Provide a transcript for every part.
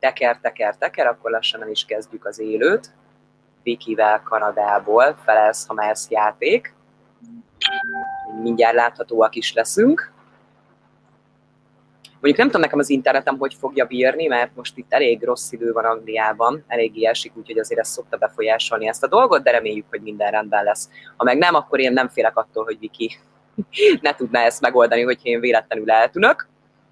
Teker, akkor lassan el is kezdjük az élőt. Vikivel Kanadából, felelsz, ha mersz játék. Mindjárt láthatóak is leszünk. Mondjuk nem tudom nekem az internetem, hogy fogja bírni, mert most itt elég rossz idő van Angliában, eléggé esik, úgyhogy azért ez szokta befolyásolni ezt a dolgot, de reméljük, hogy minden rendben lesz. Ha meg nem, akkor én nem félek attól, hogy Viki ne tudná ezt megoldani, hogy én véletlenül eltűnök.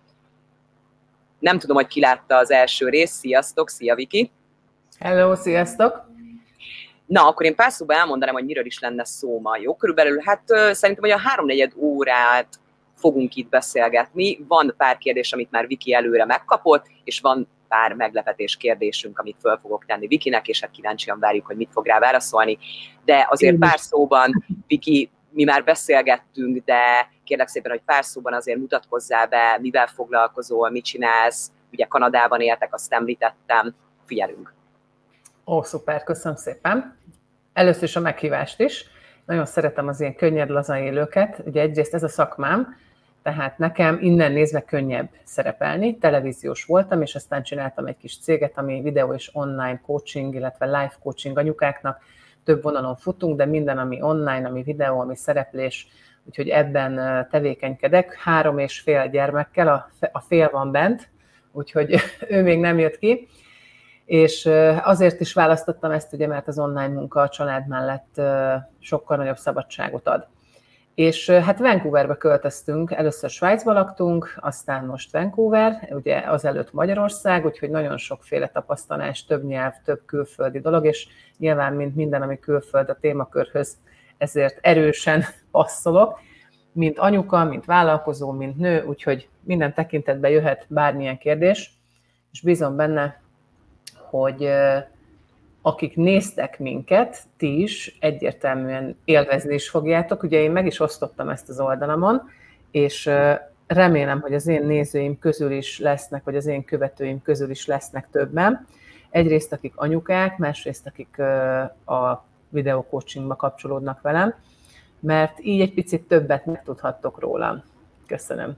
Nem tudom, hogy ki látta az első részt. Sziasztok, szia Viki! Hello, sziasztok! Na, akkor én pár szóban elmondanám, hogy miről is lenne szó ma. Jó, körülbelül szerintem, hogy a 3-4 órát fogunk itt beszélgetni. Van pár kérdés, amit már Viki előre megkapott, és van pár meglepetés kérdésünk, amit föl fogok tenni Vikinek, és hát kíváncsian várjuk, hogy mit fog rá válaszolni. De azért pár szóban, Viki, mi már beszélgettünk, de kérlek szépen, hogy pár szóban azért mutatkozzál be, mivel foglalkozol, mit csinálsz. Ugye Kanadában éltek, azt említettem. Figyelünk! Ó, szuper, köszönöm szépen! Először is a meghívást is. Nagyon szeretem az ilyen könnyed, laza élőket. Ugye egyrészt ez a szakmám, tehát nekem innen nézve könnyebb szerepelni. Televíziós voltam, és aztán csináltam egy kis céget, ami videó és online coaching, illetve live coaching anyukáknak. Több vonalon futunk, de minden, ami online, ami videó, ami szereplés, úgyhogy ebben tevékenykedek. 3,5 gyermekkel, a fél van bent, úgyhogy ő még nem jött ki. És azért is választottam ezt, ugye, mert az online munka a család mellett sokkal nagyobb szabadságot ad. És hát Vancouverbe költöztünk, először Svájcba laktunk, aztán most Vancouver, ugye azelőtt Magyarország, úgyhogy nagyon sokféle tapasztalás, több nyelv, több külföldi dolog, és nyilván, mint minden, ami külföld a témakörhöz, ezért erősen passzolok, mint anyuka, mint vállalkozó, mint nő, úgyhogy minden tekintetben jöhet bármilyen kérdés, és bízom benne, hogy akik néztek minket, ti is egyértelműen élvezni is fogjátok. Ugye én meg is osztottam ezt az oldalamon, és remélem, hogy az én nézőim közül is lesznek, vagy az én követőim közül is lesznek többen. Egyrészt, akik anyukák, másrészt, akik a videócoachingba kapcsolódnak velem, mert így egy picit többet megtudhattok rólam. Köszönöm.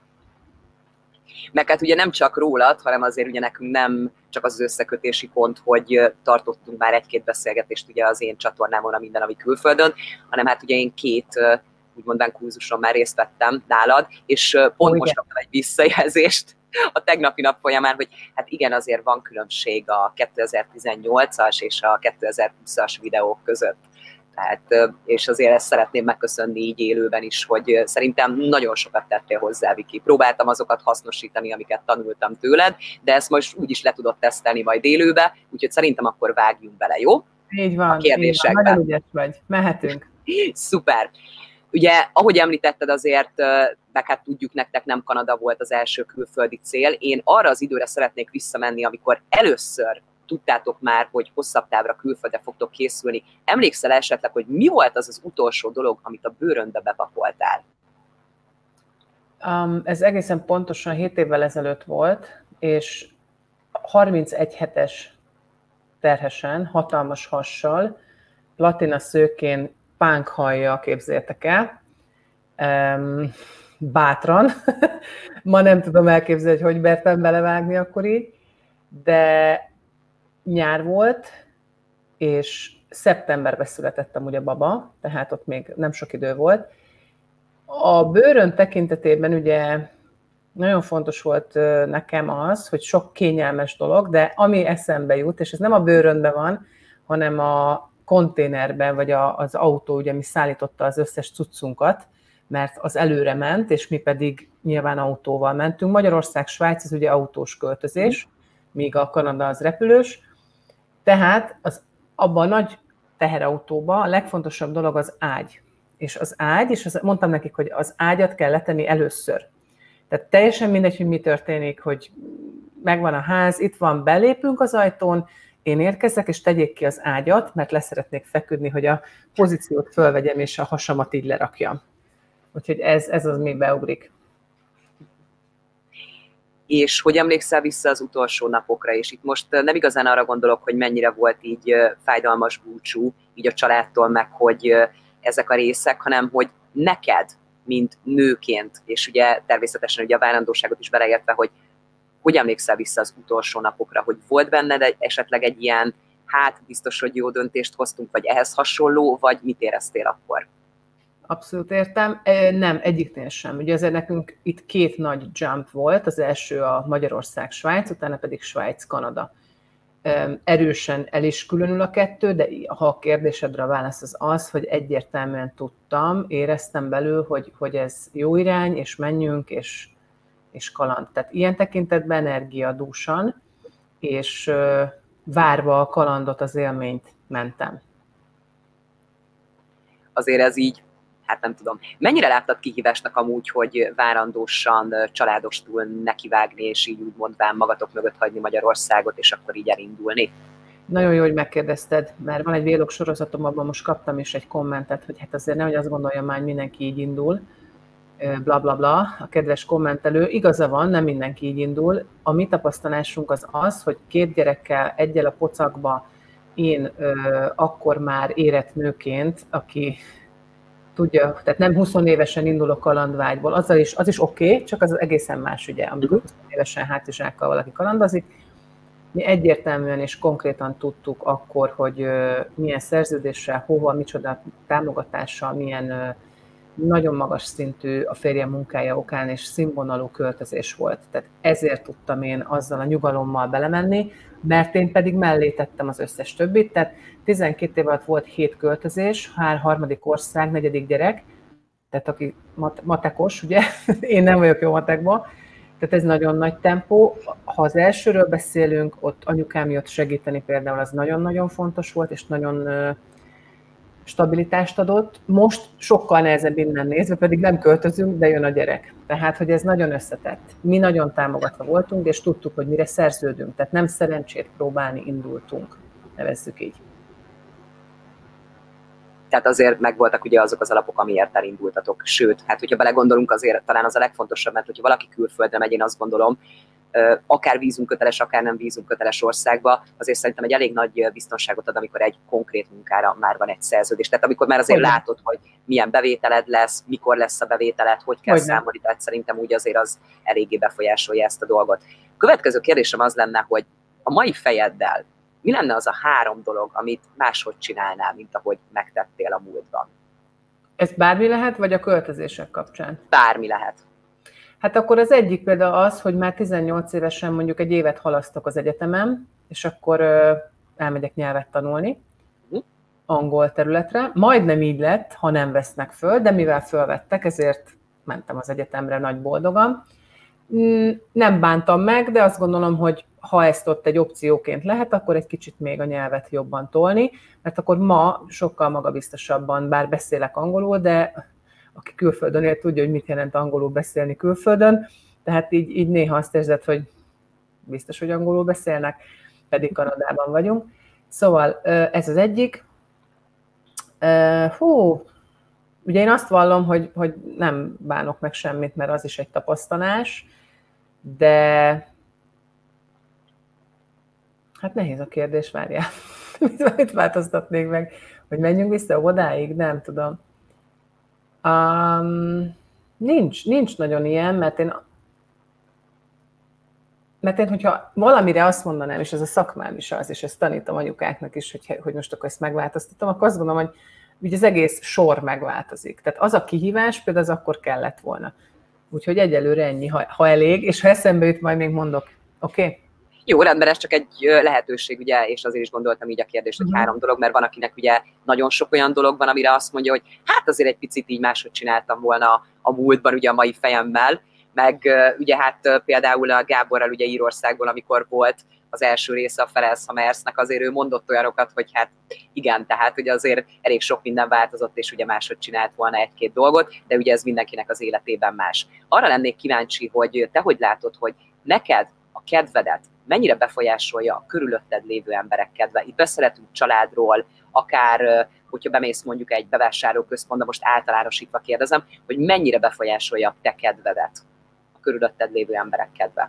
Meg hát ugye nem csak rólad, hanem azért ugye nekünk nem csak az összekötési pont, hogy tartottunk már egy-két beszélgetést ugye az én csatornámon, a Minden, ami külföldön, hanem hát ugye én 2 úgymond kurzuson már részt vettem nálad, és pont most kaptam egy visszajelzést a tegnapi nap folyamán, hogy hát igen, azért van különbség a 2018-as és a 2020-as videók között. Tehát, és azért ezt szeretném megköszönni így élőben is, hogy szerintem nagyon sokat tettél hozzá, Viki. Próbáltam azokat hasznosítani, amiket tanultam tőled, de ezt most úgyis le tudod tesztelni majd élőbe, úgyhogy szerintem akkor vágjunk bele, jó? Így van, a kérdésekbe. Nagyon ügyes vagy. Mehetünk. Szuper. Ugye, ahogy említetted azért, meg hát tudjuk, nektek nem Kanada volt az első külföldi cél. Én arra az időre szeretnék visszamenni, amikor először tudtátok már, hogy hosszabb távra külföldre fogtok készülni. Emlékszel esetleg, hogy mi volt az az utolsó dolog, amit a bőröndbe bepapoltál? Ez egészen pontosan 7 évvel ezelőtt volt, és 31 hetes terhesen, hatalmas hassal, platina szőkén, pánkhajjal, képzeljétek el, bátran. Ma nem tudom elképzelni, hogy mertem belevágni akkor így, de nyár volt, és szeptemberben született amúgy a baba, tehát ott még nem sok idő volt. A bőrön tekintetében ugye nagyon fontos volt nekem az, hogy sok kényelmes dolog, de ami eszembe jut, és ez nem a bőrönben van, hanem a konténerben, vagy az autó, ugye, ami szállította az összes cuccunkat, mert az előre ment, és mi pedig nyilván autóval mentünk. Magyarország, Svájc, ez ugye autós költözés, míg a Kanada az repülős. Tehát abban a nagy teherautóban a legfontosabb dolog az ágy. És az ágy, és mondtam nekik, hogy az ágyat kell letenni először. Tehát teljesen mindegy, hogy mi történik, hogy megvan a ház, itt van, belépünk az ajtón, én érkezek, és tegyék ki az ágyat, mert leszeretnék feküdni, hogy a pozíciót fölvegyem, és a hasamat így lerakjam. Úgyhogy ez az, mi beugrik. És hogy emlékszel vissza az utolsó napokra, és itt most nem igazán arra gondolok, hogy mennyire volt így fájdalmas búcsú, így a családtól, meg hogy ezek a részek, hanem hogy neked, mint nőként, és ugye természetesen ugye a várandóságot is beleértve, hogy Hogy emlékszel vissza az utolsó napokra, hogy volt benned esetleg egy ilyen, hát biztos, hogy jó döntést hoztunk, vagy ehhez hasonló, vagy mit éreztél akkor? Abszolút értem. Nem, egyiknél sem. Ugye azért nekünk itt két nagy jump volt, az első a Magyarország-Svájc, utána pedig Svájc-Kanada. Erősen el is különül a kettő, de ha a kérdésedre a válasz az az, hogy egyértelműen tudtam, éreztem belül, hogy ez jó irány, és menjünk, és kaland. Tehát ilyen tekintetben energiadúsan, és várva a kalandot, az élményt mentem. Azért ez így, hát nem tudom. Mennyire láttad kihívásnak amúgy, hogy várandósan, családostul nekivágni, és így úgymondván magatok mögött hagyni Magyarországot, és akkor így elindulni? Nagyon jó, hogy megkérdezted, mert van egy vlog sorozatom, abban most kaptam is egy kommentet, hogy hát azért nehogy azt gondolja már, hogy mindenki így indul, bla bla bla, a kedves kommentelő. Igaza van, nem mindenki így indul. A mi tapasztalásunk az az, hogy 2 gyerekkel, egyel a pocakba, én akkor már érett nőként, aki tudja, tehát nem 20 évesen indulok kalandvágyból, az is oké, csak az egészen más, ugye, amikor 20 évesen hátizsákkal valaki kalandozik. Mi egyértelműen és konkrétan tudtuk akkor, hogy milyen szerződéssel, hova, micsoda támogatással, milyen nagyon magas szintű a férjem munkája okán és színvonalú költözés volt. Tehát ezért tudtam én azzal a nyugalommal belemenni, mert én pedig mellé tettem az összes többit. Tehát 12 év alatt volt 7 költözés, 3. ország, 4. gyerek, tehát aki matekos, ugye, én nem vagyok jó matekban, tehát ez nagyon nagy tempó. Ha az elsőről beszélünk, ott anyukám jött segíteni például, az nagyon-nagyon fontos volt, és nagyon stabilitást adott. Most sokkal nehezebb innen nézve, pedig nem költözünk, de jön a gyerek. Tehát, hogy ez nagyon összetett. Mi nagyon támogatva voltunk, és tudtuk, hogy mire szerződünk. Tehát nem szerencsét próbálni indultunk, nevezzük így. Tehát azért megvoltak ugye azok az alapok, amiért elindultatok. Sőt, hát hogyha belegondolunk, azért talán az a legfontosabb, mert hogyha valaki külföldre megy, én azt gondolom, akár vízumköteles, akár nem vízumköteles országba, azért szerintem egy elég nagy biztonságot ad, amikor egy konkrét munkára már van egy szerződés. Tehát amikor már azért látod, hogy milyen bevételed lesz, mikor lesz a bevételed, hogy kell számolni, tehát szerintem úgy azért az eléggé befolyásolja ezt a dolgot. Következő kérdésem az lenne, hogy a mai fejeddel mi lenne az a 3 dolog, amit máshogy csinálnál, mint ahogy megtettél a múltban? Ez bármi lehet, vagy a költözések kapcsán? Bármi lehet. Hát akkor az egyik példa az, hogy már 18 évesen mondjuk egy évet halasztok az egyetemen, és akkor elmegyek nyelvet tanulni, angol területre. Majdnem így lett, ha nem vesznek föl, de mivel fölvettek, ezért mentem az egyetemre nagy boldogan. Nem bántam meg, de azt gondolom, hogy ha ezt ott egy opcióként lehet, akkor egy kicsit még a nyelvet jobban tolni, mert akkor ma sokkal magabiztosabban, bár beszélek angolul, de aki külföldön él, tudja, hogy mit jelent angolul beszélni külföldön, tehát így néha azt érzed, hogy biztos, hogy angolul beszélnek, pedig Kanadában vagyunk. Szóval ez az egyik. Ugye én azt vallom, hogy nem bánok meg semmit, mert az is egy tapasztalás, de hát nehéz a kérdés, várjál. Mit változtatnék meg? Hogy menjünk vissza odáig? Nem tudom. Nincs nagyon ilyen, mert én, hogyha valamire azt mondanám, és ez a szakmám is az, és ezt tanítom anyukáknak is, hogy most akkor ezt megváltoztatom, akkor azt gondolom, hogy ugye az egész sor megváltozik. Tehát az a kihívás például az akkor kellett volna. Úgyhogy egyelőre ennyi, ha elég, és ha eszembe jut, majd még mondok. Oké? Okay? Jó, rendben, ez csak egy lehetőség, ugye, és azért is gondoltam így a kérdést, hogy 3 dolog, mert van, akinek ugye nagyon sok olyan dolog van, amire azt mondja, hogy hát azért egy picit így máshogy csináltam volna a múltban, ugye a mai fejemmel, meg ugye hát például a Gáborral ugye Írországból, amikor volt az első része a Felelshammersnek, azért ő mondott olyanokat, hogy hát igen, tehát ugye azért elég sok minden változott, és ugye máshogy csinált volna 1-2 dolgot, de ugye ez mindenkinek az életében más. Arra lennék kíváncsi, hogy te hogy látod, hogy neked a kedvedet mennyire befolyásolja a körülötted lévő emberek kedve. Itt beszélhetünk családról, akár, hogyha bemész mondjuk egy bevásárlóközpontba, most általánosítva kérdezem, hogy mennyire befolyásolja a te kedvedet a körülötted lévő emberek kedve.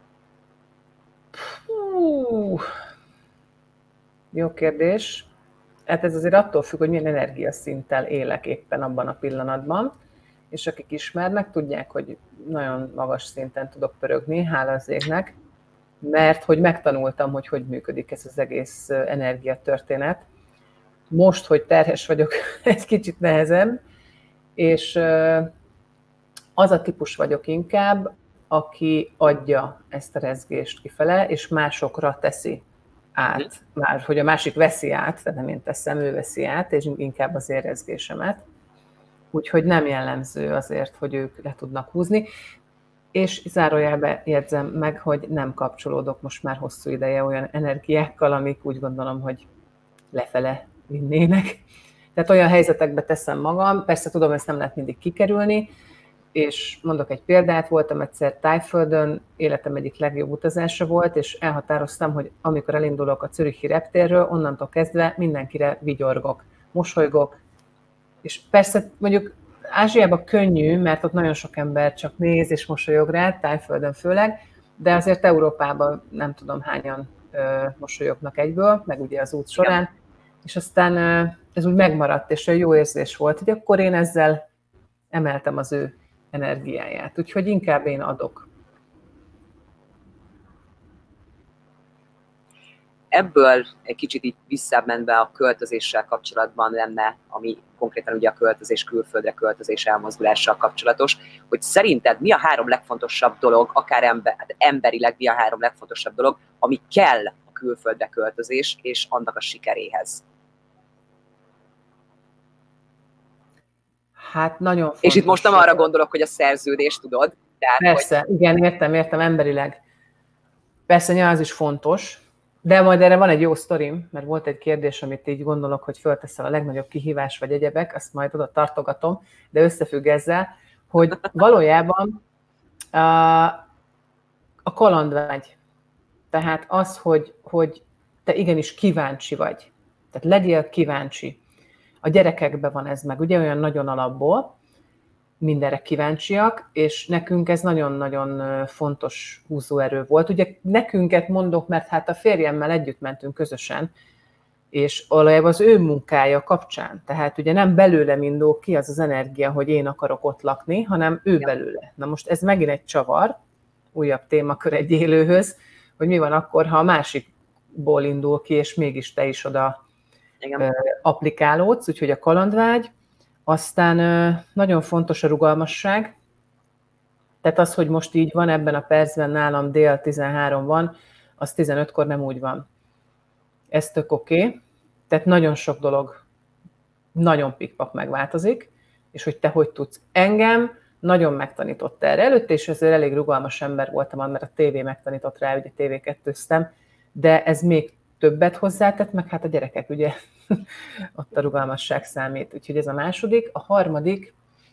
Jó kérdés. Hát ez azért attól függ, hogy milyen energiaszinttel élek éppen abban a pillanatban, és akik ismernek, tudják, hogy nagyon magas szinten tudok pörögni, hála az égnek. mert hogy megtanultam, hogy működik ez az egész energiatörténet. Most, hogy terhes vagyok, egy kicsit nehezebb, és az a típus vagyok inkább, aki adja ezt a rezgést kifele, és másokra teszi át. Már, hogy a másik veszi át, tehát nem én teszem, ő veszi át, és inkább az én rezgésemet. Úgyhogy nem jellemző azért, hogy ők le tudnak húzni. És zárójelbe jegyzem meg, hogy nem kapcsolódok most már hosszú ideje olyan energiákkal, amik úgy gondolom, hogy lefele vinnének. Tehát olyan helyzetekbe teszem magam, persze tudom, ezt nem lehet mindig kikerülni, és mondok egy példát, voltam egyszer Tájföldön, életem egyik legjobb utazása volt, és elhatároztam, hogy amikor elindulok a zürichi reptérről, onnantól kezdve mindenkire vigyorgok, mosolygok, és persze mondjuk Ázsiában könnyű, mert ott nagyon sok ember csak néz és mosolyog rá, Tájföldön főleg, de azért Európában nem tudom hányan mosolyognak egyből, meg ugye az út során, és aztán ez úgy megmaradt, és olyan jó érzés volt, hogy akkor én ezzel emeltem az ő energiáját. Úgyhogy inkább én adok. Ebből egy kicsit így visszamenve a költözéssel kapcsolatban lenne, ami konkrétan ugye a költözés, külföldre költözés elmozdulással kapcsolatos, hogy szerinted mi a 3 legfontosabb dolog, akár emberileg mi a 3 legfontosabb dolog, ami kell a külföldre költözés és annak a sikeréhez? Hát nagyon fontos. És itt most nem arra gondolok, hogy a szerződést tudod. Tehát, persze, hogy... igen, értem, emberileg. Persze, nyilván az is fontos, de majd erre van egy jó sztorim, mert volt egy kérdés, amit így gondolok, hogy fölteszel a legnagyobb kihívás vagy egyebek, azt majd oda tartogatom, de összefügg ezzel, hogy valójában a kalandvágy, tehát az, hogy te igenis kíváncsi vagy, tehát legyél kíváncsi. A gyerekekben van ez meg, ugye olyan nagyon alapból, mindenre kíváncsiak, és nekünk ez nagyon-nagyon fontos húzóerő volt. Ugye nekünket mondok, mert hát a férjemmel együtt mentünk közösen, és valójában az ő munkája kapcsán. Tehát ugye nem belőlem indul ki az az energia, hogy én akarok ott lakni, hanem ő belőle. Na most ez megint egy csavar, újabb témakör egy élőhöz, hogy mi van akkor, ha a másikból indul ki, és mégis te is oda applikálódsz, úgyhogy a kalandvágy. Aztán nagyon fontos a rugalmasság, tehát az, hogy most így van ebben a percben nálam dél 13 van, az 15-kor nem úgy van. Ez tök oké. Tehát nagyon sok dolog nagyon pikpak megváltozik, és hogy te hogy tudsz. Engem nagyon megtanított erre. Előtte is azért elég rugalmas ember voltam, mert a tévé megtanított rá, ugye TV2-ztem, de ez még többet hozzátett, meg hát a gyerekek, ugye, ott a rugalmasság számít. Úgyhogy ez a második. A harmadik,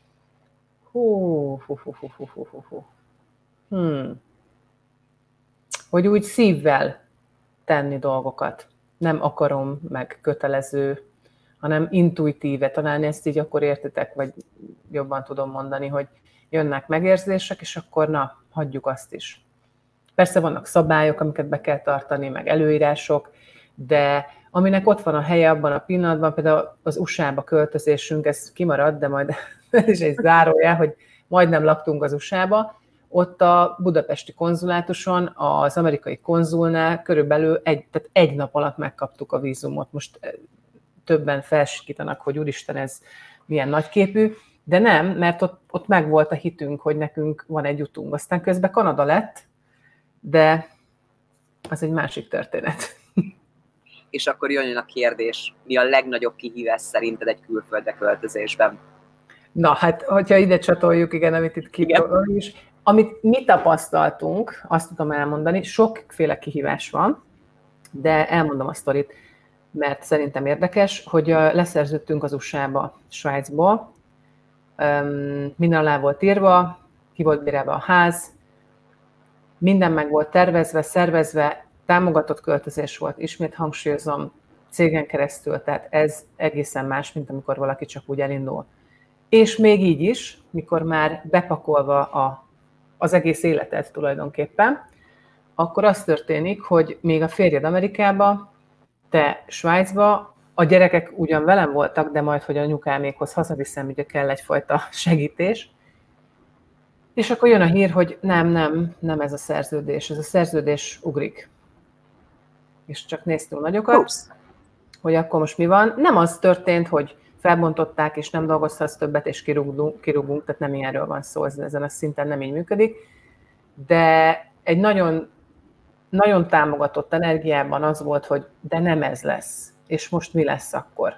hogy úgy szívvel tenni dolgokat. Nem akarom, meg kötelező, hanem intuitíve. Talán ezt így akkor értitek, vagy jobban tudom mondani, hogy jönnek megérzések, és akkor na, hagyjuk azt is. Persze vannak szabályok, amiket be kell tartani, meg előírások, de aminek ott van a helye abban a pillanatban, például az USA-ba költözésünk, ez kimarad, de majd ez is egy zárójel, hogy majdnem laktunk az USA-ba, ott a budapesti konzulátuson, az amerikai konzulnál körülbelül egy nap alatt megkaptuk a vízumot. Most többen felsikítanak, hogy úristen, ez milyen nagyképű, de nem, mert ott megvolt a hitünk, hogy nekünk van egy utunk. Aztán közben Kanada lett, de az egy másik történet. És akkor jön a kérdés, mi a legnagyobb kihívás szerinted egy külföldre költözésben? Na, hát, hogyha ide csatoljuk, igen, amit itt kívül is, amit mi tapasztaltunk, azt tudom elmondani, sokféle kihívás van, de elmondom a sztorit, mert szerintem érdekes, hogy leszerződtünk az USA-ba, Svájcba, minden alá volt írva, ki volt bérelve a ház, minden meg volt tervezve, szervezve, támogatott költözés volt, ismét hangsúlyozom, cégen keresztül, tehát ez egészen más, mint amikor valaki csak úgy elindul. És még így is, mikor már bepakolva az egész életed tulajdonképpen, akkor az történik, hogy még a férjed Amerikába, te Svájcba, a gyerekek ugyan velem voltak, de majd, hogy anyukámékhoz hazaviszem, ugye kell egyfajta segítés. És akkor jön a hír, hogy nem ez a szerződés ugrik. És csak néztünk nagyokat, hogy akkor most mi van. Nem az történt, hogy felbontották, és nem dolgozhatsz többet, és kirúgunk, tehát nem ilyenről van szó, ezen a szinten nem így működik. De egy nagyon, nagyon támogatott energiában az volt, hogy de nem ez lesz, és most mi lesz akkor?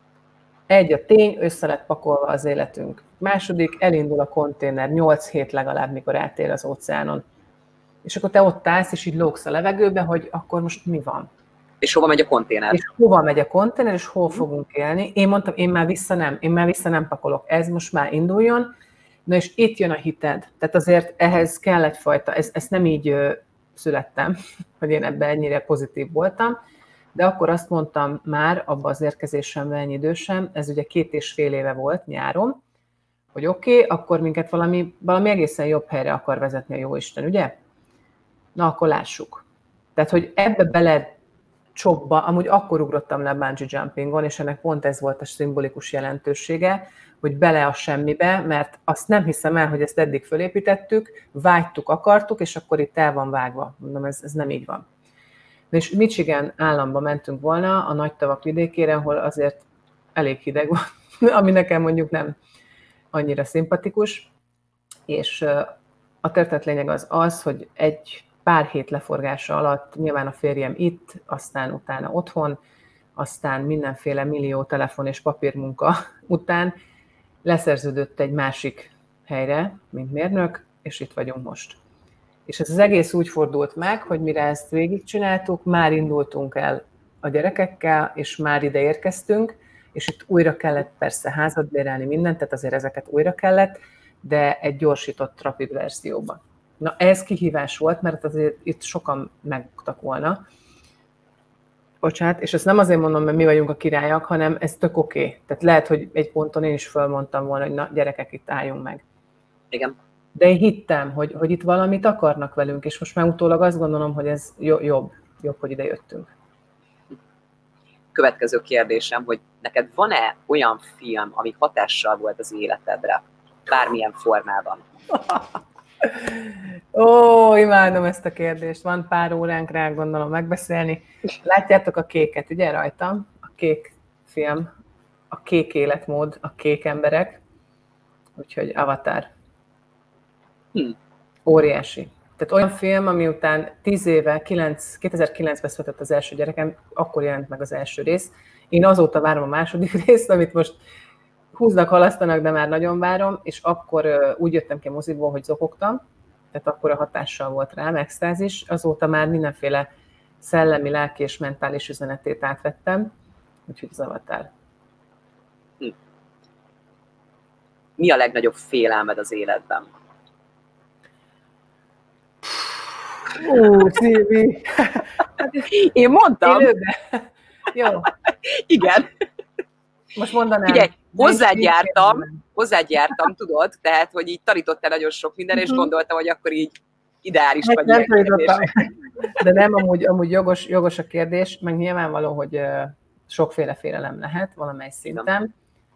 Egy a tény, össze lett pakolva az életünk. Második, elindul a konténer, 8 hét legalább, mikor átér az óceánon. És akkor te ott állsz, és így lógsz a levegőbe, hogy akkor most mi van? És hova megy a konténer? És hova megy a konténer, és hol fogunk élni? Én mondtam, én már vissza nem pakolok, ez most már induljon. Na és itt jön a hited. Tehát azért ehhez kell egyfajta, ezt nem így születtem, hogy én ebben ennyire pozitív voltam, de akkor azt mondtam már, abban az érkezésemben ennyi idősem, ez ugye 2,5 éve volt nyáron, hogy oké, akkor minket valami egészen jobb helyre akar vezetni a Jóisten, ugye? Na, akkor lássuk. Tehát, hogy ebbe bele csopba, amúgy akkor ugrottam le a bungee jumpingon, és ennek pont ez volt a szimbolikus jelentősége, hogy bele a semmibe, mert azt nem hiszem el, hogy ezt eddig fölépítettük, vágytuk, akartuk, és akkor itt el van vágva. Mondom, ez nem így van. És Michigan államba mentünk volna, a nagy tavak vidékére, ahol azért elég hideg van, ami nekem mondjuk nem annyira szimpatikus, és a történet lényeg az, hogy egy pár hét leforgása alatt nyilván a férjem itt, aztán utána otthon, aztán mindenféle millió telefon és papírmunka után leszerződött egy másik helyre, mint mérnök, és itt vagyunk most. És ez az egész úgy fordult meg, hogy mire ezt végigcsináltuk, már indultunk el a gyerekekkel, és már ide érkeztünk, és itt újra kellett persze házat bérelni, mindent, tehát azért ezeket újra kellett, de egy gyorsított, rapid verzióban. Na ez kihívás volt, mert azért itt sokan megbuktak volna. Bocsánat, és ezt nem azért mondom, mert mi vagyunk a királyak, hanem ez tök oké. Tehát lehet, hogy egy ponton én is fölmondtam volna, hogy na gyerekek, itt álljunk meg. Igen. De én hittem, hogy itt valamit akarnak velünk, és most már utólag azt gondolom, hogy ez jobb, hogy ide jöttünk. Következő kérdésem, hogy neked van-e olyan film, ami hatással volt az életedre, bármilyen formában? Ó, imádom ezt a kérdést. Van pár óránk rá, gondolom megbeszélni. Látjátok a kéket, ugye rajtam? A kék film, a kék életmód, a kék emberek. Úgyhogy Avatar. Óriási. Tehát olyan film, ami után 10 éve, 2009-ben született az első gyerekem, akkor jelent meg az első rész. Én azóta várom a második részt, amit most húznak, halasztanak, de már nagyon várom, és akkor úgy jöttem ki a moziból, hogy zokogtam, tehát akkor a hatással volt rám, extázis. Azóta már mindenféle szellemi, lelki és mentális üzenetét átvettem, úgyhogy az Avatar. Mi a legnagyobb félelmed az életben? Szilvi! Én mondtam. Élőben. Jó. Igen. Most mondanám. Ugye, hozzád jártam, tudod, tehát, hogy így tanítottál nagyon sok minden, és gondoltam, hogy akkor így ideális vagy. Nem tanítottam. De nem, amúgy jogos a kérdés, meg nyilvánvaló, hogy sokféle félelem lehet valamely szinten.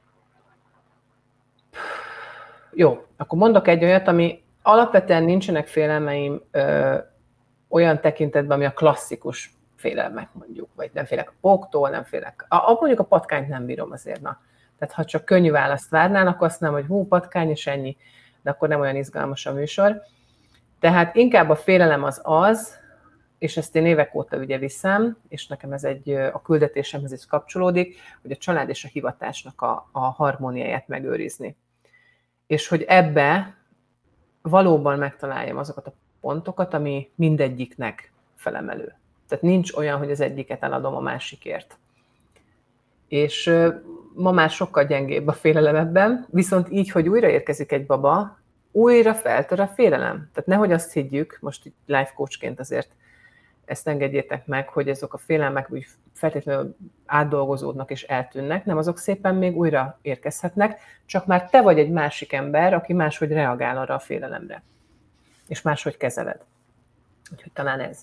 Jó, akkor mondok egy olyat, ami alapvetően nincsenek félelmeim olyan tekintetben, ami a klasszikus félelmek mondjuk, vagy nem félek a póktól, nem félek. Mondjuk a patkányt nem bírom azért, na. Tehát ha csak könnyű választ várnának, azt nem, hogy patkány és ennyi, de akkor nem olyan izgalmas a műsor. Tehát inkább a félelem az, és ezt én évek óta ugye viszem, és nekem ez a küldetésemhez is kapcsolódik, hogy a család és a hivatásnak a harmóniáját megőrizni. És hogy ebbe valóban megtaláljam azokat a pontokat, ami mindegyiknek felemelő. Tehát nincs olyan, hogy az egyiket eladom a másikért. És ma már sokkal gyengébb a félelem ebben, viszont így, hogy újra érkezik egy baba, újra feltör a félelem. Tehát nehogy azt higgyük, most itt life coachként azért ezt engedjétek meg, hogy azok a félelmek úgy feltétlenül átdolgozódnak és eltűnnek, nem, azok szépen még újra érkezhetnek, csak már te vagy egy másik ember, aki máshogy reagál arra a félelemre. És máshogy kezeled. Úgyhogy talán ez.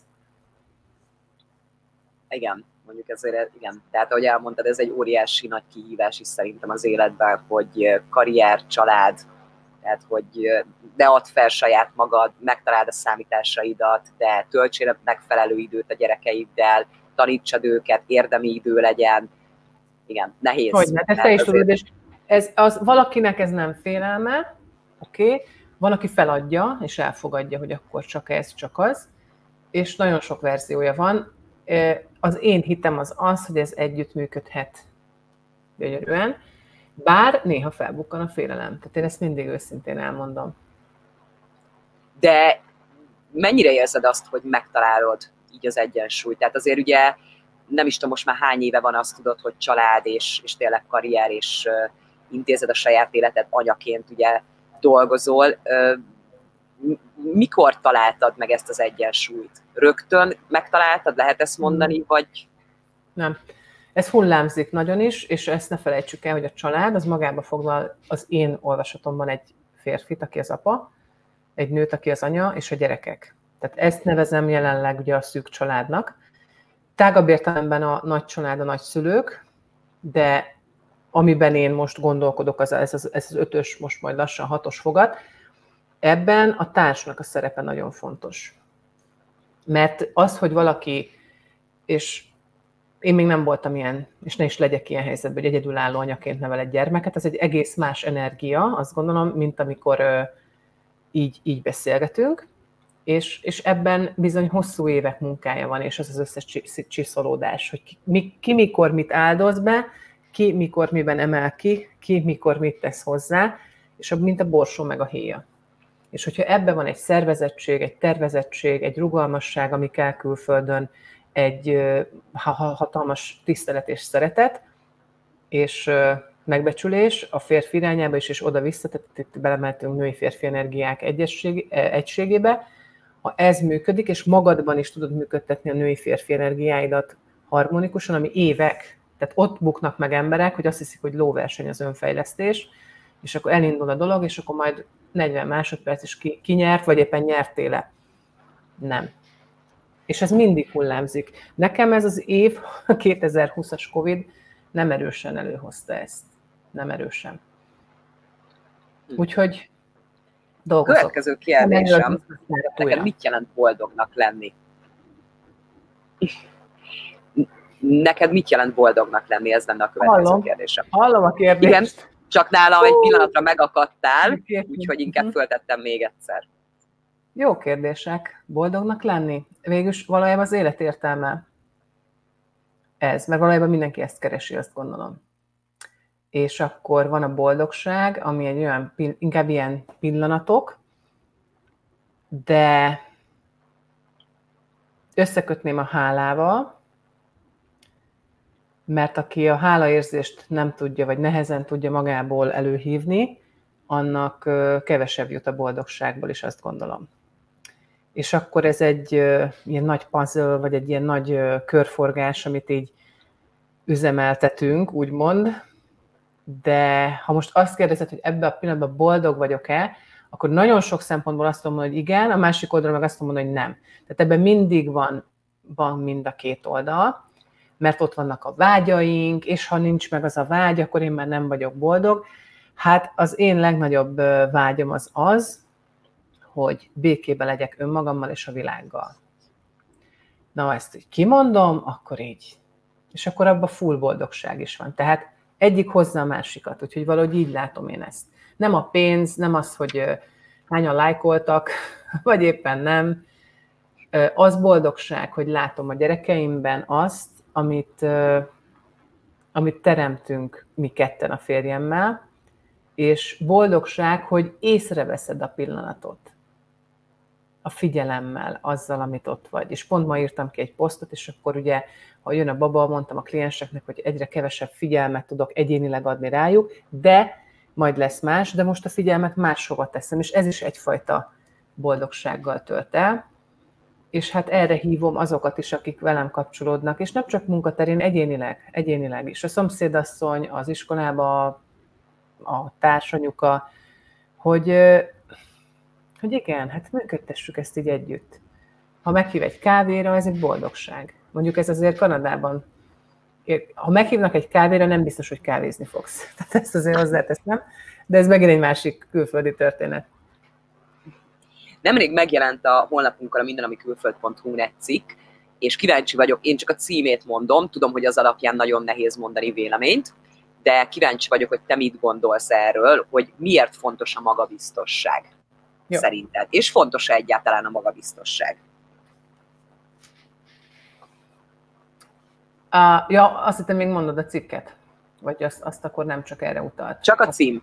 Igen, mondjuk ezért, igen. Tehát ahogy elmondtad, ez egy óriási nagy kihívás is szerintem az életben, hogy karrier, család, Tehát, hogy ne add fel saját magad, megtaláld a számításaidat, de töltsél megfelelő időt a gyerekeiddel, tanítsad őket, érdemi idő legyen. Igen, nehéz. Hogyne, ezt te is tudod, és valakinek ez nem félelme, oké, van, aki feladja, és elfogadja, hogy akkor csak ez, csak az, és nagyon sok verziója van. Az én hitem az, hogy ez együtt működhet gyönyörűen, bár néha felbukkan a félelem. Tehát én ezt mindig őszintén elmondom. De mennyire érzed azt, hogy megtalálod így az egyensúlyt? Tehát azért ugye nem is tudom, most már hány éve van, azt tudod, hogy család és tényleg karrier, és intézed a saját életed, anyaként ugye dolgozol. Mikor találtad meg ezt az egyensúlyt? Rögtön megtaláltad, lehet ezt mondani, vagy? Nem. Ez hullámzik nagyon is, és ezt ne felejtsük el, hogy a család az magába foglal az én olvasatomban egy férfit, aki az apa, egy nőt, aki az anya, és a gyerekek. Tehát ezt nevezem jelenleg ugye a szűk családnak. Tágabb értelemben a nagy család, a nagyszülők, de amiben én most gondolkodok, ez az 5-ös, most majd lassan 6-os fogat, ebben a társnak a szerepe nagyon fontos. Mert az, hogy valaki, és én még nem voltam ilyen, és ne is legyek ilyen helyzetben, hogy egyedülálló anyaként nevel egy gyermeket, az egy egész más energia, azt gondolom, mint amikor így beszélgetünk, és ebben bizony hosszú évek munkája van, és az összes csiszolódás, hogy ki mikor mit áldoz be, ki mikor miben emel ki mikor mit tesz hozzá, és mint a borsó meg a héja. És hogyha ebben van egy szervezettség, egy tervezettség, egy rugalmasság, ami kell külföldön, egy hatalmas tisztelet és szeretet, és megbecsülés a férfi irányába is, és oda-vissza, tehát itt belemeltünk női-férfi energiák egységébe. Ha ez működik, és magadban is tudod működtetni a női-férfi energiáidat harmonikusan, ami évek, tehát ott buknak meg emberek, hogy azt hiszik, hogy lóverseny az önfejlesztés, és akkor elindul a dolog, és akkor majd 40 másodperc is kinyert, vagy éppen nyertél-e. Nem. És ez mindig hullámzik. Nekem ez az év, a 2020-as Covid nem erősen előhozta ezt. Nem erősen. Úgyhogy dolgozok. Következő kérdésem, neked mit jelent boldognak lenni? Neked mit jelent boldognak lenni? Ez lenne a következő kérdésem. Hallom a kérdést. Igen, csak nálam egy pillanatra megakadtál, úgyhogy inkább föltettem még egyszer. Jó kérdések. Boldognak lenni? Végülis valójában az élet értelme ez, mert valójában mindenki ezt keresi, azt gondolom. És akkor van a boldogság, ami egy olyan, inkább ilyen pillanatok, de összekötném a hálával, mert aki a hálaérzést nem tudja, vagy nehezen tudja magából előhívni, annak kevesebb jut a boldogságból is, azt gondolom. És akkor ez egy ilyen nagy puzzle, vagy egy ilyen nagy körforgás, amit így üzemeltetünk, úgymond. De ha most azt kérdezed, hogy ebben a pillanatban boldog vagyok-e, akkor nagyon sok szempontból azt mondom, hogy igen, a másik oldalon meg azt mondom, hogy nem. Tehát ebben mindig van mind a két oldal, mert ott vannak a vágyaink, és ha nincs meg az a vágy, akkor én már nem vagyok boldog. Hát az én legnagyobb vágyam az, hogy békében legyek önmagammal és a világgal. Na, ezt így kimondom, akkor így. És akkor abban full boldogság is van. Tehát egyik hozza a másikat, úgyhogy valahogy így látom én ezt. Nem a pénz, nem az, hogy hányan lájkoltak, vagy éppen nem. Az boldogság, hogy látom a gyerekeimben azt, amit teremtünk mi ketten a férjemmel, és boldogság, hogy észreveszed a pillanatot a figyelemmel, azzal, amit ott vagy. És pont ma írtam ki egy posztot, és akkor ugye, ha jön a baba, mondtam a klienseknek, hogy egyre kevesebb figyelmet tudok egyénileg adni rájuk, de majd lesz más, de most a figyelmet máshova teszem, és ez is egyfajta boldogsággal tölt el. És hát erre hívom azokat is, akik velem kapcsolódnak, és nem csak munkaterén, egyénileg is. A szomszédasszony, az iskolába, a társanyuka, hogy igen, hát működtessük ezt így együtt. Ha meghív egy kávéra, ez egy boldogság. Mondjuk ez azért Kanadában ha meghívnak egy kávéra, nem biztos, hogy kávézni fogsz. Tehát ezt azért hozzáteszem, de ez megint egy másik külföldi történet. Nemrég megjelent a honlapunkon a mindenamikülföld.hu egy cikk, és kíváncsi vagyok, én csak a címét mondom, tudom, hogy az alapján nagyon nehéz mondani véleményt, de kíváncsi vagyok, hogy te mit gondolsz erről, hogy miért fontos a magabiztosság szerinted, és fontos-e egyáltalán a magabiztosság? Azt hittem, még mondod a cikket, vagy azt akkor nem csak erre utalt. Csak a cím.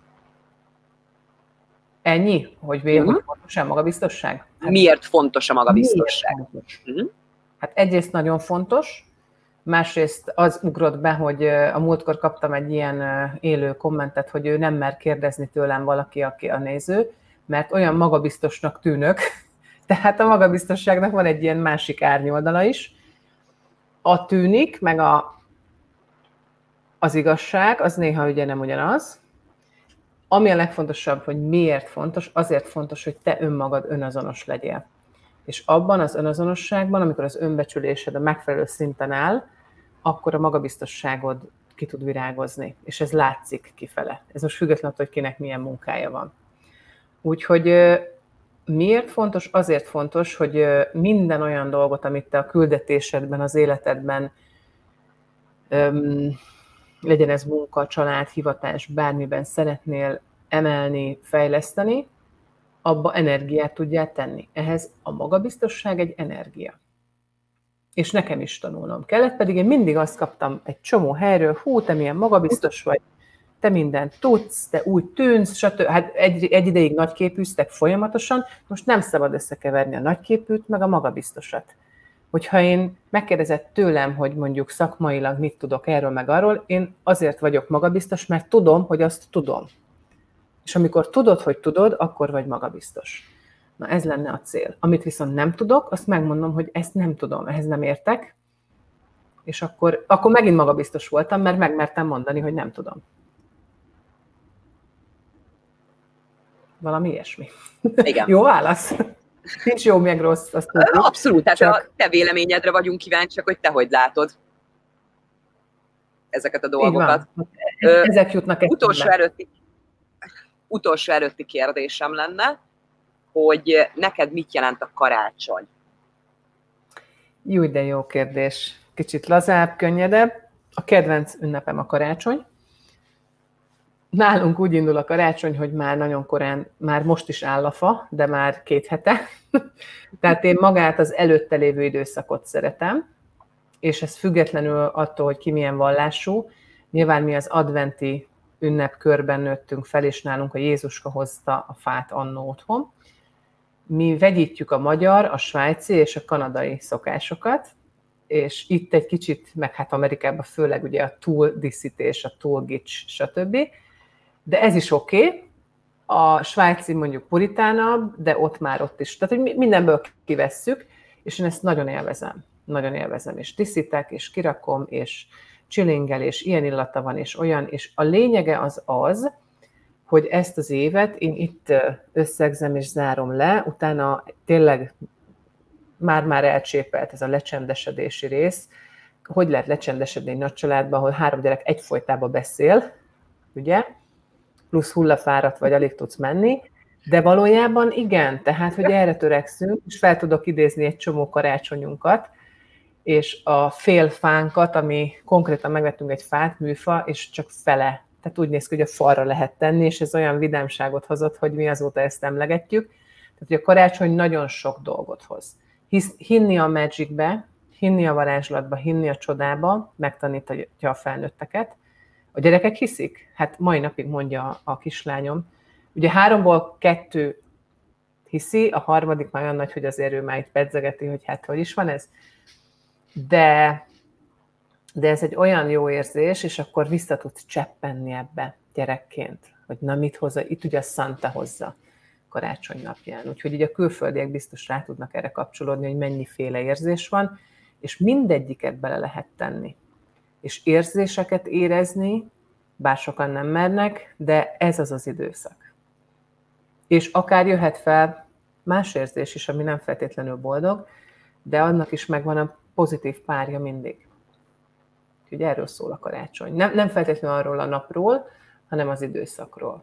Ennyi? Hogy hogy fontos a magabiztosság? Hát, miért fontos a magabiztosság? Hát egyrészt nagyon fontos, másrészt az ugrott be, hogy a múltkor kaptam egy ilyen élő kommentet, hogy ő nem mer kérdezni tőlem valaki, aki a néző, mert olyan magabiztosnak tűnök. Tehát a magabiztosságnak van egy ilyen másik árnyoldala is. A tűnik, meg az igazság, az néha ugye nem ugyanaz. Ami a legfontosabb, hogy miért fontos, azért fontos, hogy te önmagad önazonos legyél. És abban az önazonosságban, amikor az önbecsülésed a megfelelő szinten áll, akkor a magabiztosságod ki tud virágozni, és ez látszik kifele. Ez most függetlenül, hogy kinek milyen munkája van. Úgyhogy miért fontos? Azért fontos, hogy minden olyan dolgot, amit te a küldetésedben, az életedben, legyen ez munka, család, hivatás, bármiben szeretnél emelni, fejleszteni, abba energiát tudjál tenni. Ehhez a magabiztosság egy energia. És nekem is tanulnom kellett, pedig én mindig azt kaptam egy csomó helyről, te milyen magabiztos vagy, te mindent tudsz, te úgy tűnsz, stb. Hát egy ideig nagyképűztek folyamatosan, most nem szabad összekeverni a nagyképűt, meg a magabiztosat. Hogyha én megkérdezett tőlem, hogy mondjuk szakmailag mit tudok erről meg arról, én azért vagyok magabiztos, mert tudom, hogy azt tudom. És amikor tudod, hogy tudod, akkor vagy magabiztos. Na ez lenne a cél. Amit viszont nem tudok, azt megmondom, hogy ezt nem tudom, ehhez nem értek, és akkor megint magabiztos voltam, mert megmertem mondani, hogy nem tudom. Valami ilyesmi. Igen. Jó válasz? Nincs jó, meg rossz. Azt tudjuk. Abszolút, tehát a te véleményedre vagyunk kíváncsiak, hogy te hogy látod ezeket a dolgokat. Ezek jutnak utolsó előtti kérdésem lenne, hogy neked mit jelent a karácsony? Jó, de jó kérdés. Kicsit lazább, könnyedebb. A kedvenc ünnepem a karácsony. Nálunk úgy indul a karácsony, hogy már nagyon korán, már most is áll a fa, de már 2 hete. Tehát én magát az előtte lévő időszakot szeretem, és ez függetlenül attól, hogy ki milyen vallású. Nyilván mi az adventi ünnepkörben nőttünk fel, és nálunk a Jézuska hozta a fát annó otthon. Mi vegyítjük a magyar, a svájci és a kanadai szokásokat, és itt egy kicsit, meg hát Amerikában főleg ugye a túldíszítés, a túlgics, stb. De ez is oké. A svájci mondjuk puritánabb, de ott is. Tehát, hogy mindenből kivesszük, és én ezt nagyon élvezem. Nagyon élvezem, és díszítek, és kirakom, és chillingel, és ilyen illata van, és olyan. És a lényege az, hogy ezt az évet én itt összegzem és zárom le, utána tényleg már elcsépelt ez a lecsendesedési rész. Hogy lehet lecsendesedni egy nagy családban, ahol 3 gyerek egyfolytában beszél, ugye? Plusz hullafáradt vagy alig tudsz menni, de valójában igen, tehát, hogy erre törekszünk, és fel tudok idézni egy csomó karácsonyunkat, és a félfánkat, ami konkrétan megvettünk egy fát, műfa, és csak fele. Tehát úgy néz ki, hogy a falra lehet tenni, és ez olyan vidámságot hozott, hogy mi azóta ezt emlegetjük. Tehát, hogy a karácsony nagyon sok dolgot hoz. Hinni a magicbe, hinni a varázslatba, hinni a csodába, megtanítja a felnőtteket. A gyerekek hiszik? Hát mai napig mondja a kislányom. Ugye 3-ból 2 hiszi, a harmadik már olyan nagy, hogy azért ő már itt pedzegeti, hogy hát hogy is van ez. De ez egy olyan jó érzés, és akkor vissza tudsz cseppenni ebbe gyerekként, hogy na mit hozza, itt ugye a Santa hozza karácsony napján. Úgyhogy így a külföldiek biztos rá tudnak erre kapcsolódni, hogy mennyiféle érzés van, és mindegyiket bele lehet tenni. És érzéseket érezni, bár sokan nem mernek, de ez az az időszak. És akár jöhet fel más érzés is, ami nem feltétlenül boldog, de annak is megvan a pozitív párja mindig. Úgyhogy erről szól a karácsony. Nem feltétlenül arról a napról, hanem az időszakról.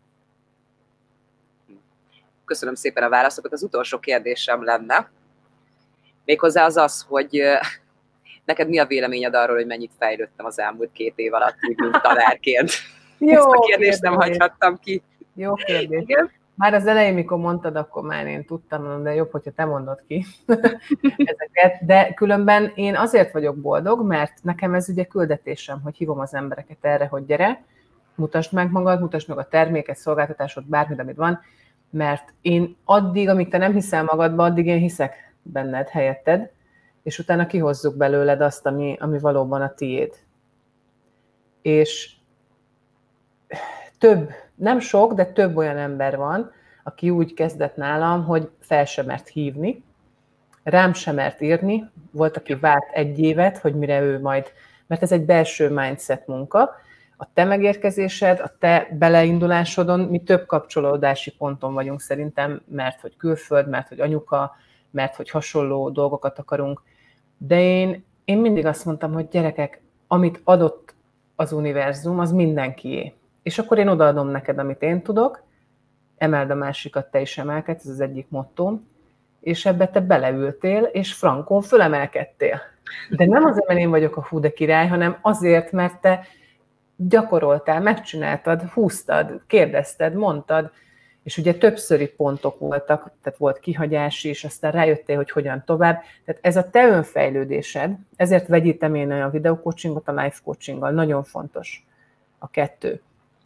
Köszönöm szépen a válaszokat. Az utolsó kérdésem lenne, méghozzá az, hogy neked mi a véleményed arról, hogy mennyit fejlődtem az elmúlt 2 év alatt, úgy, mint tanárként? Ezt a kérdést nem hagyhattam ki. Jó kérdés. Már az elején, mikor mondtad, akkor már én tudtam, de jobb, hogyha te mondod ki ezeket. De különben én azért vagyok boldog, mert nekem ez ugye küldetésem, hogy hívom az embereket erre, hogy gyere, mutasd meg magad, mutasd meg a terméket, szolgáltatásod, bármit, amit van, mert én addig, amíg te nem hiszel magadba, addig én hiszek benned, helyetted, és utána kihozzuk belőled azt, ami valóban a tiéd. És nem sok, de több olyan ember van, aki úgy kezdett nálam, hogy fel sem mert hívni, rám sem mert írni, volt, aki várt 1 évet, hogy mire ő majd, mert ez egy belső mindset munka, a te megérkezésed, a te beleindulásodon, mi több kapcsolódási ponton vagyunk szerintem, mert hogy külföld, mert hogy anyuka, mert hogy hasonló dolgokat akarunk, de én mindig azt mondtam, hogy gyerekek, amit adott az univerzum, az mindenkié. És akkor én odaadom neked, amit én tudok, emeld a másikat, te is emelkedsz, ez az egyik mottóm, és ebbe te beleültél, és frankon fölemelkedtél. De nem azért, mert én vagyok a hú de király, hanem azért, mert te gyakoroltál, megcsináltad, húztad, kérdezted, mondtad, és ugye többszöri pontok voltak, tehát volt kihagyás is, aztán rájöttél, hogy hogyan tovább. Tehát ez a te önfejlődésed, ezért vegyítem én a videocoachingot a life coachinggal, nagyon fontos a 2.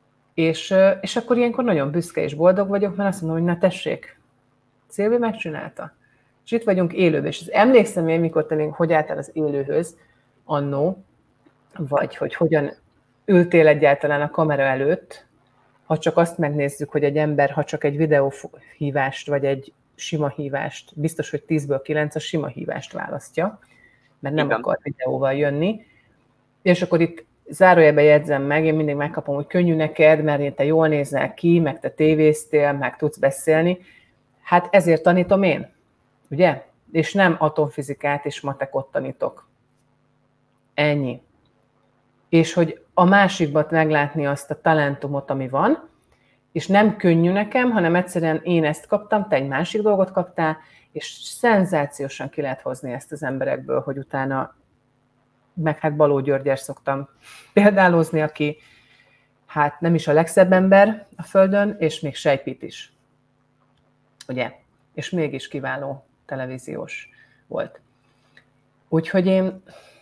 És akkor ilyenkor nagyon büszke és boldog vagyok, mert azt mondom, hogy na tessék, Szilvi megcsinálta. És itt vagyunk élőben. És emlékszem én, mikor te még hogy álltál az élőhöz annó, vagy hogy hogyan ültél egyáltalán a kamera előtt, ha csak azt megnézzük, hogy egy ember, ha csak egy videóhívást, vagy egy sima hívást, biztos, hogy 10-ből 9 a sima hívást választja, mert nem akar videóval jönni. És akkor itt zárójelben jegyzem meg, én mindig megkapom, hogy könnyű neked, mert te jól nézel ki, meg te tévéztél, meg tudsz beszélni. Hát ezért tanítom én, ugye? És nem atomfizikát és matekot tanítok. Ennyi. És hogy a másikban meglátni azt a talentumot, ami van, és nem könnyű nekem, hanem egyszerűen én ezt kaptam, te egy másik dolgot kaptál, és szenzációsan ki lehet hozni ezt az emberekből, hogy utána, meg hát Baló Györgyel szoktam példálozni, aki hát nem is a legszebb ember a Földön, és még sejpít is. Ugye? És mégis kiváló televíziós volt. Úgyhogy én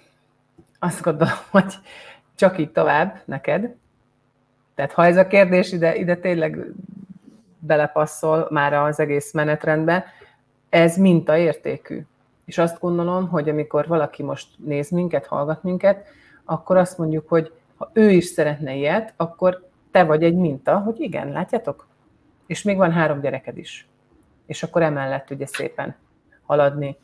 azt gondolom, hogy csak így tovább neked. Tehát ha ez a kérdés ide tényleg belepasszol már az egész menetrendbe, ez mintaértékű. És azt gondolom, hogy amikor valaki most néz minket, hallgat minket, akkor azt mondjuk, hogy ha ő is szeretne ilyet, akkor te vagy egy minta, hogy igen, látjátok? És még van 3 gyereked is. És akkor emellett ugye szépen haladni,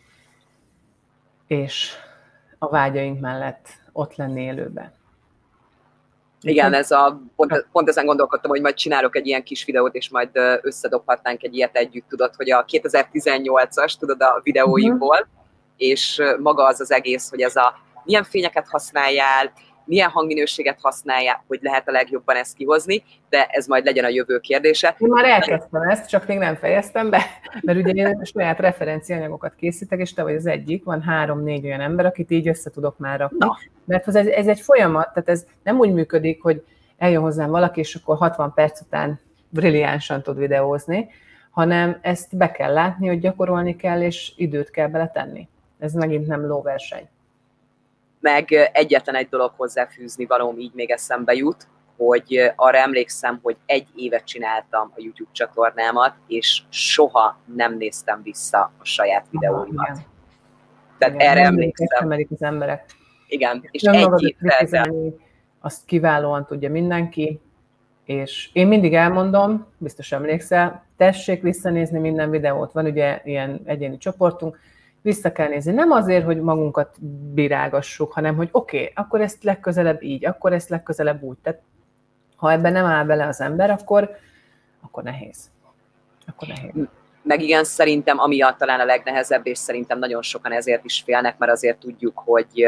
és a vágyaink mellett ott lenni élőben. Igen, pont ezen gondolkodtam, hogy majd csinálok egy ilyen kis videót, és majd összedobhatnánk egy ilyet együtt, tudod, hogy a 2018-as, tudod, a videóinkból, és maga az egész, hogy milyen fényeket használjál, milyen hangminőséget használjál, hogy lehet a legjobban ezt kihozni, de ez majd legyen a jövő kérdése. Én már elkezdtem ezt, csak még nem fejeztem be, mert ugye én saját referenciaanyagokat készítek, és te vagy az egyik, van 3-4 olyan ember, akit így össze tudok már rakni. Na. Mert ez egy folyamat, tehát ez nem úgy működik, hogy eljön hozzám valaki, és akkor 60 perc után brilliánsan tud videózni, hanem ezt be kell látni, hogy gyakorolni kell, és időt kell beletenni. Ez megint nem lóverseny. Meg egyetlen egy dolog hozzáfűzni valóm így még eszembe jut, hogy arra emlékszem, hogy 1 évet csináltam a YouTube csatornámat, és soha nem néztem vissza a saját videóimat. Igen. Tehát igen, erre emlékszem. Az emberek. Igen, és 1 évvel. Azt kiválóan tudja mindenki, és én mindig elmondom, biztos emlékszel, tessék visszanézni minden videót, van ugye ilyen egyéni csoportunk, vissza kell nézni. Nem azért, hogy magunkat bírálgassuk, hanem hogy oké, akkor ezt legközelebb így, akkor ezt legközelebb úgy. Tehát ha ebben nem áll bele az ember, akkor nehéz. Akkor nehéz. Meg igen, szerintem amiatt talán a legnehezebb, és szerintem nagyon sokan ezért is félnek, mert azért tudjuk, hogy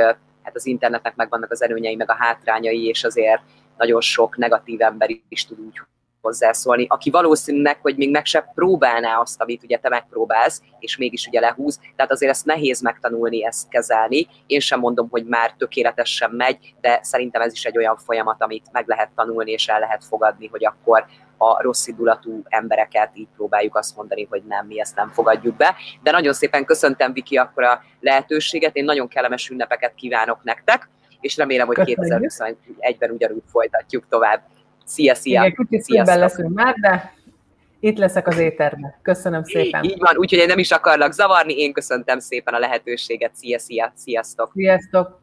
hát az internetnek megvannak az előnyei, meg a hátrányai, és azért nagyon sok negatív ember is tud úgy hozzászólni, aki valószínűleg, hogy még meg se próbálná azt, amit ugye te megpróbálsz, és mégis ugye lehúz, tehát azért ezt nehéz megtanulni, ezt kezelni. Én sem mondom, hogy már tökéletesen megy, de szerintem ez is egy olyan folyamat, amit meg lehet tanulni, és el lehet fogadni, hogy akkor a rosszindulatú embereket így próbáljuk azt mondani, hogy nem, mi ezt nem fogadjuk be. De nagyon szépen köszöntem, Viki, akkor a lehetőséget, én nagyon kellemes ünnepeket kívánok nektek, és remélem, hogy 2021-ben ugyanúgy folytatjuk tovább. Szia! Igen, kicsit szívben leszünk már, de itt leszek az éterben. Köszönöm szépen. Így van, úgyhogy én nem is akarlak zavarni, én köszöntem szépen a lehetőséget. Sziasztok! Sziasztok!